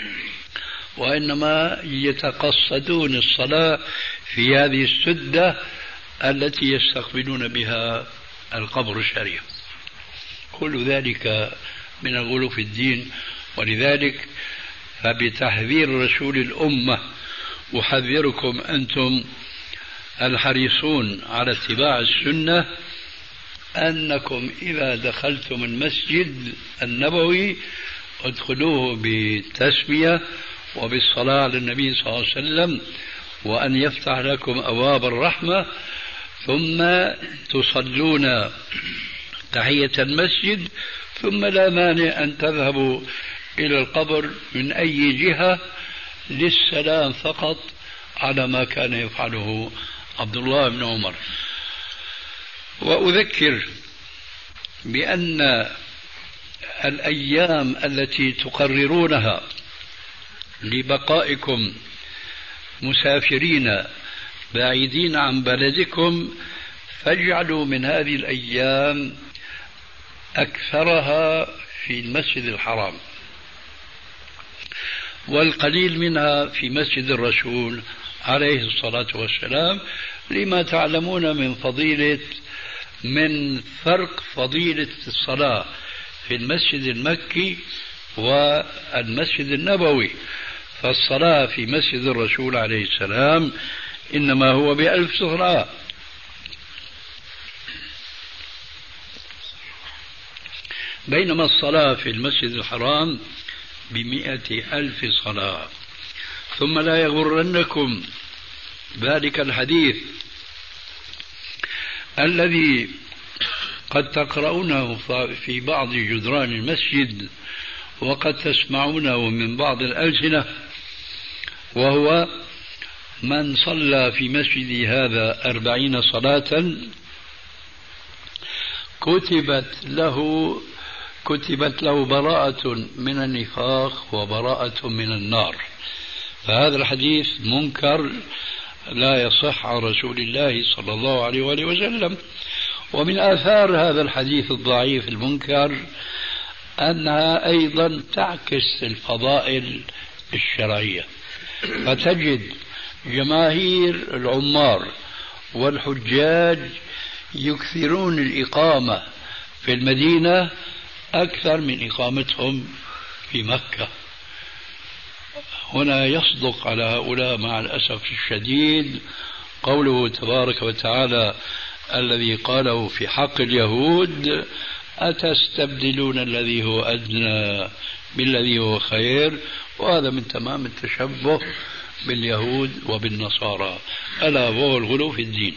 وإنما يتقصدون الصلاة في هذه السدة التي يستقبلون بها القبر الشريف. كل ذلك من الغلو في الدين. ولذلك فبتحذير رسول الأمة أحذركم أنتم الحريصون على اتباع السنة أنكم إذا دخلتم المسجد النبوي ادخلوه بالتسمية وبالصلاة على النبي صلى الله عليه وسلم، وأن يفتح لكم أبواب الرحمة، ثم تصلون تحية المسجد، ثم لا مانع أن تذهبوا إلى القبر من أي جهة للسلام فقط، على ما كان يفعله عبد الله بن عمر. وأذكر بأن الأيام التي تقررونها لبقائكم مسافرين بعيدين عن بلدكم، فاجعلوا من هذه الأيام أكثرها في المسجد الحرام، والقليل منها في مسجد الرسول عليه الصلاة والسلام، لما تعلمون من فضيلة من فرق فضيلة الصلاة في المسجد المكي والمسجد النبوي. فالصلاة في مسجد الرسول عليه السلام إنما هو بألف صلاة، بينما الصلاة في المسجد الحرام بمئة ألف صلاة. ثم لا يغرنكم ذلك الحديث الذي قد تقرؤونه في بعض جدران المسجد وقد تسمعونه من بعض الألسنة، وهو: من صلى في مسجدي هذا أربعين صلاة كتبت له كتبت له براءة من النفاق وبراءة من النار. فهذا الحديث منكر لا يصح عن رسول الله صلى الله عليه وآله وسلم. ومن آثار هذا الحديث الضعيف المنكر أنها أيضا تعكس الفضائل الشرعية، فتجد جماهير العمار والحجاج يكثرون الإقامة في المدينة أكثر من إقامتهم في مكة. هنا يصدق على هؤلاء مع الأسف الشديد قوله تبارك وتعالى الذي قاله في حق اليهود: أتستبدلون الذي هو أدنى بالذي هو خير. وهذا من تمام التشبه باليهود وبالنصارى، ألا وهو الغلو في الدين.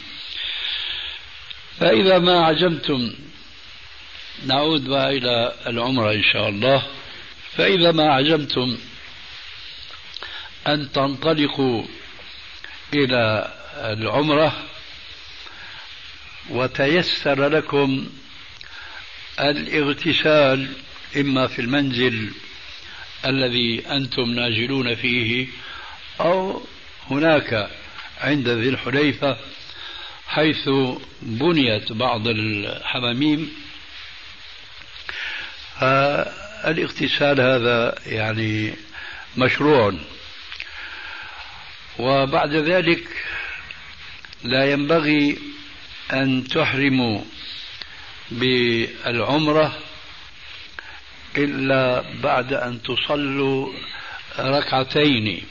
فإذا ما عزمتم، نعود بقى إلى العمرة إن شاء الله، فإذا ما عزمتم أن تنطلقوا إلى العمرة وتيسر لكم الاغتسال إما في المنزل الذي أنتم نازلون فيه أو هناك عند ذي الحليفة، حيث بنيت بعض الحماميم، فالاغتسال هذا يعني مشروع. وبعد ذلك لا ينبغي أن تحرموا بالعمرة إلا بعد أن تصلوا ركعتين.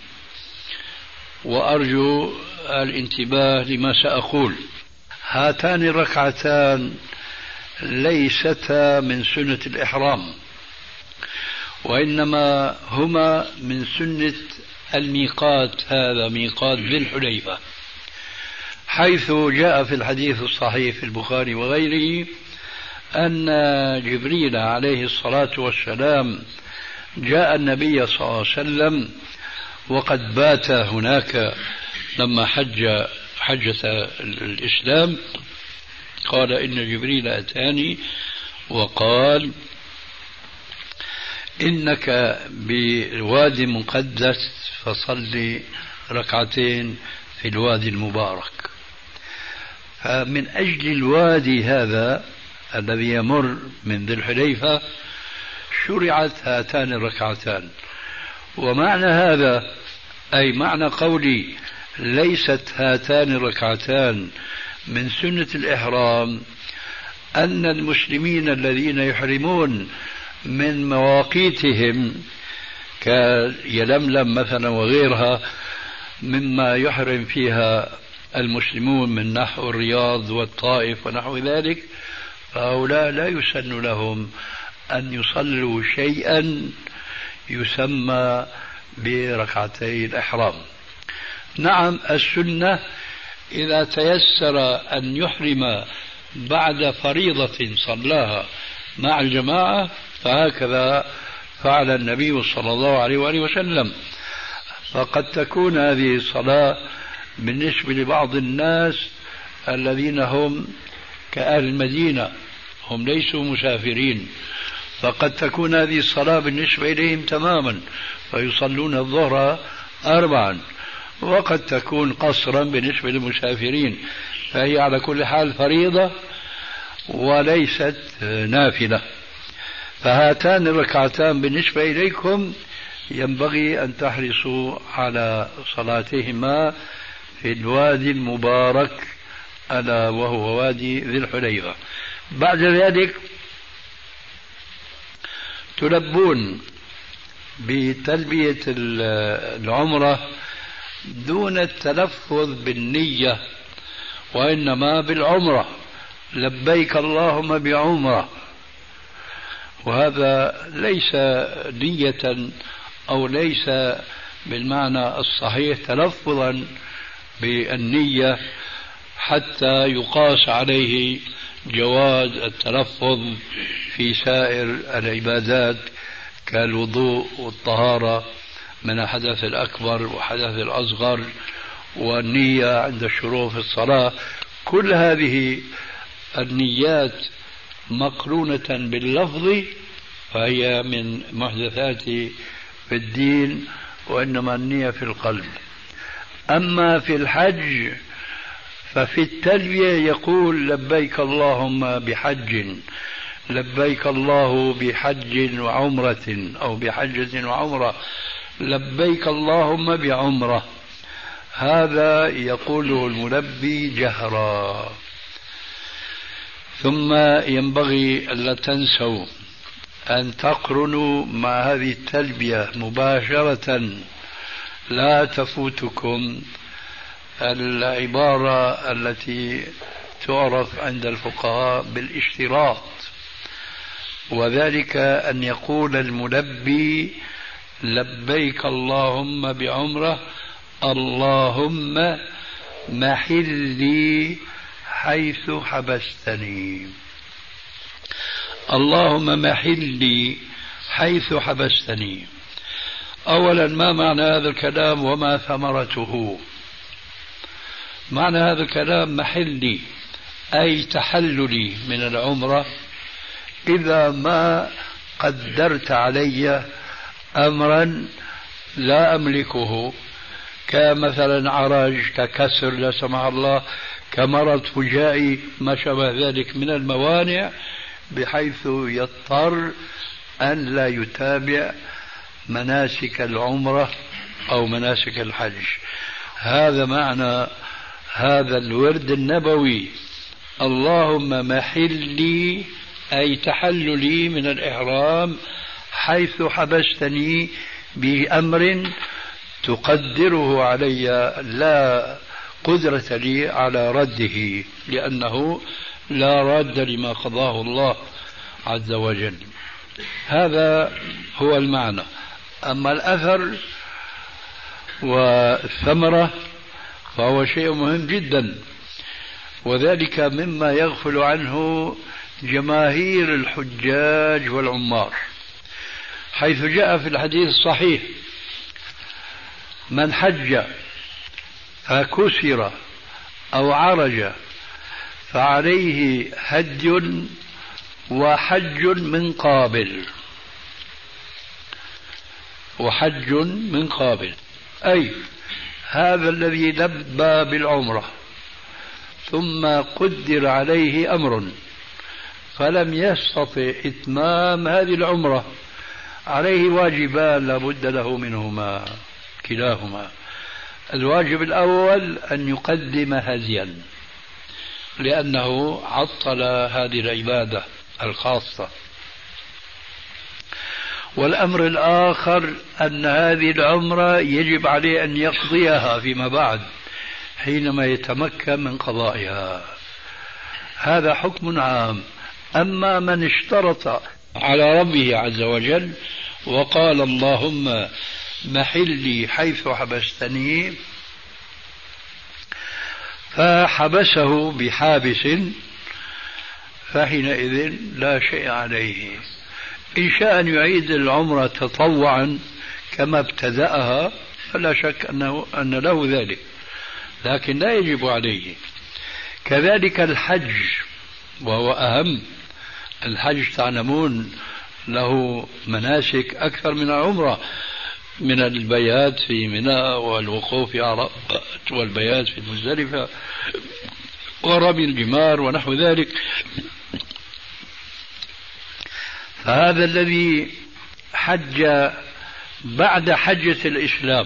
وأرجو الانتباه لما سأقول. هاتان الركعتان ليستا من سنة الإحرام، وإنما هما من سنة الميقات، هذا ميقات ذي الحليفة، حيث جاء في الحديث الصحيح في البخاري وغيره أن جبريل عليه الصلاة والسلام جاء النبي صلى الله عليه وسلم وقد بات هناك لما حج حجة الإسلام، قال إن جبريل أتاني وقال إنك بوادي مقدس فصلي ركعتين في الوادي المبارك. فمن أجل الوادي هذا الذي يمر من ذي الحليفة شرعت هاتان الركعتان. ومعنى هذا أي معنى قولي ليست هاتان الركعتان من سنة الإحرام أن المسلمين الذين يحرمون من مواقيتهم كيلملم مثلا وغيرها مما يحرم فيها المسلمون من نحو الرياض والطائف ونحو ذلك، فهؤلاء لا يسن لهم أن يصلوا شيئا يسمى بركعتي الإحرام. نعم السنة إذا تيسر أن يحرم بعد فريضة صلاها مع الجماعة فهكذا فعل النبي صلى الله عليه وآله وسلم. فقد تكون هذه الصلاة بالنسبة لبعض الناس الذين هم كأهل المدينة هم ليسوا مسافرين، فقد تكون هذه الصلاة بالنسبة إليهم تماما فيصلون الظهر أربعا، وقد تكون قصرا بالنسبة للمسافرين، فهي على كل حال فريضة وليست نافلة. فهاتان الركعتان بالنسبة إليكم ينبغي أن تحرصوا على صلاتهما في الوادي المبارك ألا وهو وادي ذي الحليفة. بعد ذلك تلبون بتلبية العمرة دون التلفظ بالنية، وإنما بالعمرة، لبيك اللهم بعمرة، وهذا ليس نية أو ليس بالمعنى الصحيح تلفظا بالنية حتى يقاس عليه جواز التلفظ في سائر العبادات كالوضوء والطهارة من الحدث الأكبر وحدث الأصغر والنية عند الشروع في الصلاة. كل هذه النيات مقرونة باللفظ فهي من محدثات في الدين، وإنما النية في القلب. أما في الحج ففي التلبية يقول لبيك اللهم بحج، لبيك الله بحج وعمرة أو بحجة وعمرة، لبيك اللهم بعمرة. هذا يقوله الملبي جهرا. ثم ينبغي ألا تنسوا أن تقرنوا مع هذه التلبية مباشرة، لا تفوتكم العبارة التي تعرف عند الفقهاء بالاشتراط، وذلك أن يقول الملبي لبيك اللهم بعمرة اللهم محلي حيث حبستني. اللهم محلي حيث حبستني. أولا ما معنى هذا الكلام وما ثمرته؟ معنى هذا الكلام محلي أي تحللي من العمرة إذا ما قدرت علي أمرا لا أملكه كمثلا عرج ككسر لا سمح الله كمرض فجائي ما شابه ذلك من الموانع بحيث يضطر أن لا يتابع مناسك العمرة أو مناسك الحج. هذا معنى هذا الورد النبوي اللهم محلي أي تحللي من الإحرام حيث حبستني بأمر تقدره علي لا قدرة لي على رده، لأنه لا راد لما قضاه الله عز وجل. هذا هو المعنى. أما الأثر والثمرة فهو شيء مهم جدا، وذلك مما يغفل عنه جماهير الحجاج والعمار. حيث جاء في الحديث الصحيح: من حج فكسر أو عرج فعليه هدي وحج من قابل. وحج من قابل أي هذا الذي لبى بالعمرة ثم قدر عليه أمر فلم يستطع إتمام هذه العمرة، عليه واجبان لا بد له منهما كلاهما. الواجب الأول أن يقدم هديا لأنه عطل هذه العبادة الخاصة، والأمر الآخر أن هذه العمرة يجب عليه أن يقضيها فيما بعد حينما يتمكن من قضائها. هذا حكم عام. أما من اشترط على ربه عز وجل وقال: اللهم محلي حيث حبستني، فحبسه بحابس، فحينئذ لا شيء عليه. إن شاء أن يعيد العمرة تطوعا كما ابتدأها فلا شك أنه أن له ذلك، لكن لا يجب عليه. كذلك الحج، وهو أهم. الحج تعلمون له مناسك أكثر من العمرة، من البيات في منى والوقوف في عرفات والبيات في مزدلفة ورمي الجمار ونحو ذلك. فهذا الذي حج بعد حجة الإسلام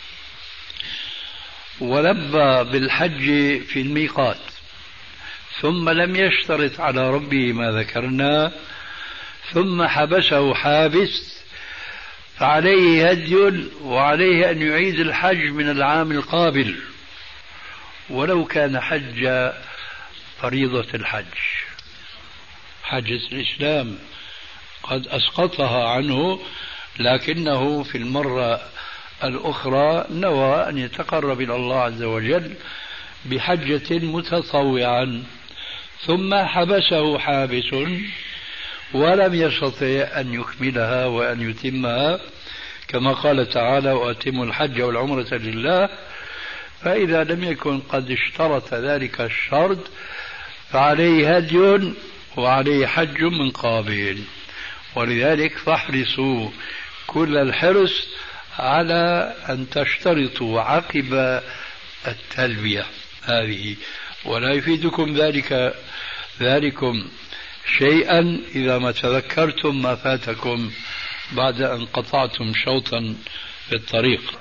ولبى بالحج في الميقات ثم لم يشترط على ربه ما ذكرنا ثم حبسه حابس، فعليه هدي وعليه أن يعيد الحج من العام القابل ولو كان حج فريضة الحج. حجة الإسلام قد أسقطها عنه، لكنه في المرة الأخرى نوى أن يتقرب إلى الله عز وجل بحجة متطوعا، ثم حبسه حابس ولم يستطع أن يكملها وأن يتمها، كما قال تعالى: وأتموا الحج والعمرة لله. فإذا لم يكن قد اشترط ذلك الشرط فعليه هدي وعليه حج من قابل. ولذلك فاحرصوا كل الحرص على أن تشترطوا عقب التلبية هذه، ولا يفيدكم ذلك ذلكم شيئا إذا ما تذكرتم ما فاتكم بعد أن قطعتم شوطا في الطريق،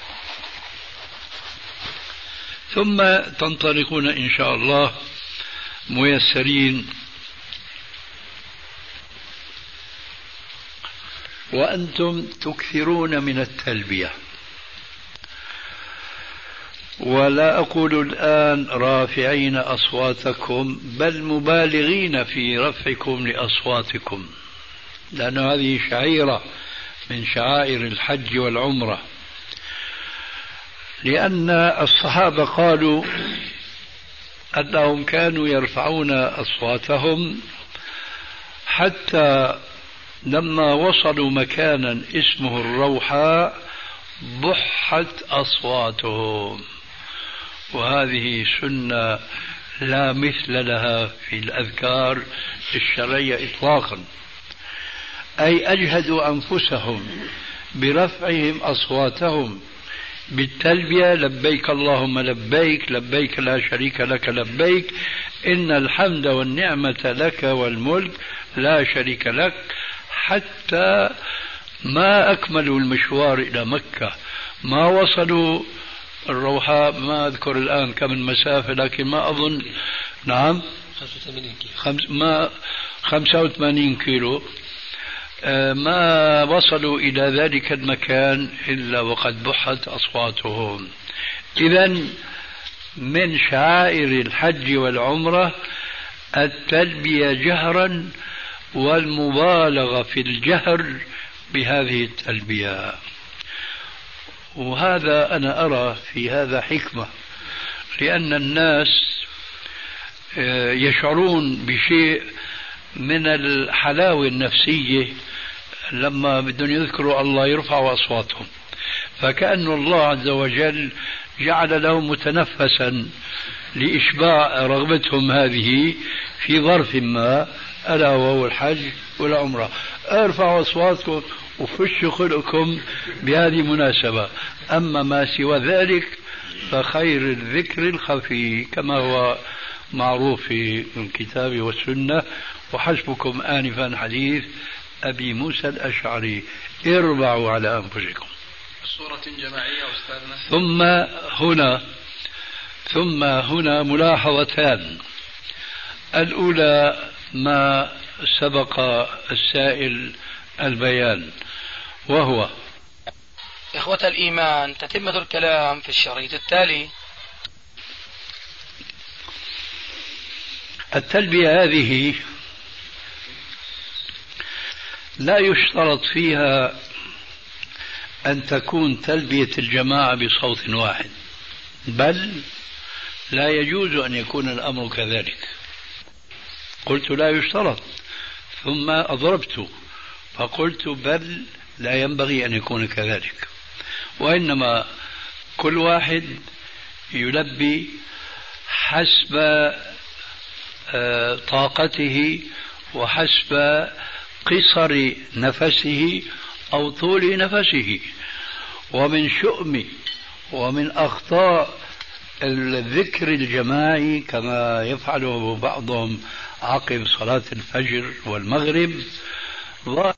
ثم تنطلقون إن شاء الله ميسرين وأنتم تكثرون من التلبية. ولا أقول الآن رافعين أصواتكم، بل مبالغين في رفعكم لأصواتكم، لأن هذه شعيرة من شعائر الحج والعمرة. لأن الصحابة قالوا أنهم كانوا يرفعون أصواتهم حتى لما وصلوا مكانا اسمه الروحاء بحت أصواتهم، وهذه سنة لا مثل لها في الأذكار الشرعية إطلاقا. أي أجهدوا أنفسهم برفعهم أصواتهم بالتلبية: لبيك اللهم لبيك، لبيك لا شريك لك لبيك، إن الحمد والنعمة لك والملك لا شريك لك، حتى ما أكملوا المشوار إلى مكة، ما وصلوا الروحاء، ما أذكر الآن كم المسافة لكن ما أظن، نعم خمس ما خمسة وثمانين كيلو، ما وصلوا إلى ذلك المكان إلا وقد بحت أصواتهم. إذن من شعائر الحج والعمرة التلبية جهرا والمبالغة في الجهر بهذه التلبية. وهذا أنا أرى في هذا حكمة، لأن الناس يشعرون بشيء من الحلاوة النفسية لما بدهم يذكروا الله يرفعوا أصواتهم، فكأن الله عز وجل جعل لهم متنفسا لإشباع رغبتهم هذه في ظرف ما، ألا وهو الحج والعمرة. ارفعوا أصواتكم وفشوا خلقكم بهذه المناسبة. أما ما سوى ذلك فخير الذكر الخفي كما هو معروف في الكتاب والسنة. وحسبكم آنفا حديث أبي موسى الأشعري: اربعوا على أنفسكم. صورة جماعية أستاذنا. ثم هنا ثم هنا ملاحظتان. الأولى ما سبق السائل البيان، وهو إخوة الإيمان تتمة الكلام في الشريط التالي. التلبية هذه لا يشترط فيها أن تكون تلبية الجماعة بصوت واحد، بل لا يجوز أن يكون الأمر كذلك. قلت لا يشترط، ثم أضربت فقلت بل لا ينبغي أن يكون كذلك، وإنما كل واحد يلبي حسب طاقته وحسب قصر نفسه أو طول نفسه. ومن شؤم ومن أخطاء الذكر الجماعي كما يفعله بعضهم عقب صلاة الفجر والمغرب